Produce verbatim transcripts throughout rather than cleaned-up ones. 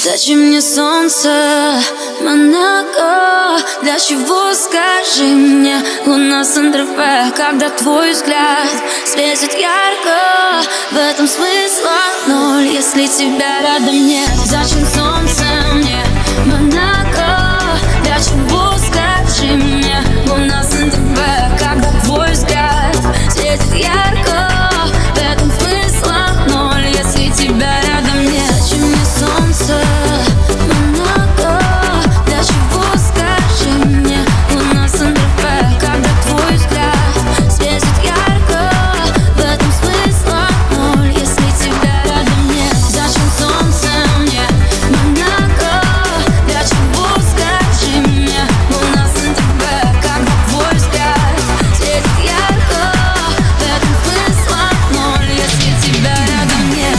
Зачем мне солнце, Монако? Для чего, скажи мне, луна Сан-Тропе? Когда твой взгляд светит ярко, в этом смысла ноль, если тебя рядом нет. Зачем солнце мне, Монако? Для чего, скажи мне, луна Сан-Тропе? Когда твой взгляд светит ярко, в этом смысла ноль, если тебя рядом нет. Зачем мне солнце, Монако? Для чего, скажи мне, луна Сан-Тропе? Когда твой взгляд светит ярко, в этом смысла ноль, если тебя рядом нет. Зачем солнце мне, Монако? Для чего, скажи мне, луна Сан-Тропе? Когда твой взгляд светит ярко, в этом смысла ноль, если тебя рядом нет.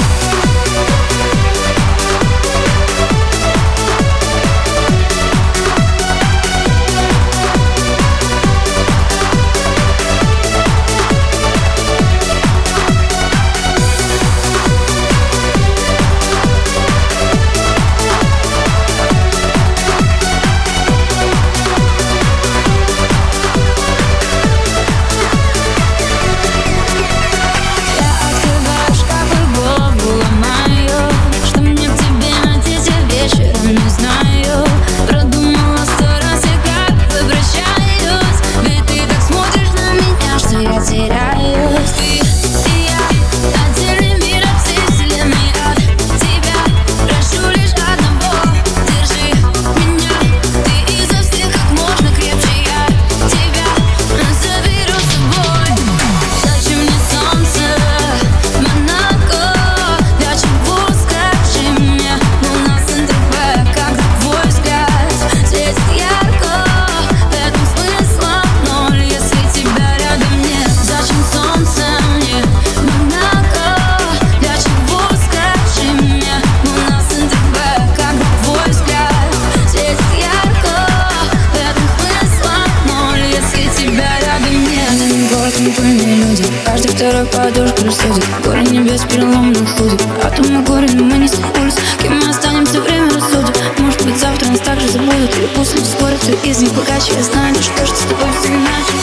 Каждый второй подушку рассудит, горы небес переломных судеб. Атомы горе, но мы не улиц. Кем мы останемся, время рассудит. Может быть, завтра нас также забудут, или пусть люди спорят, и из них богаче. Я знаю, что что с тобой все иначе.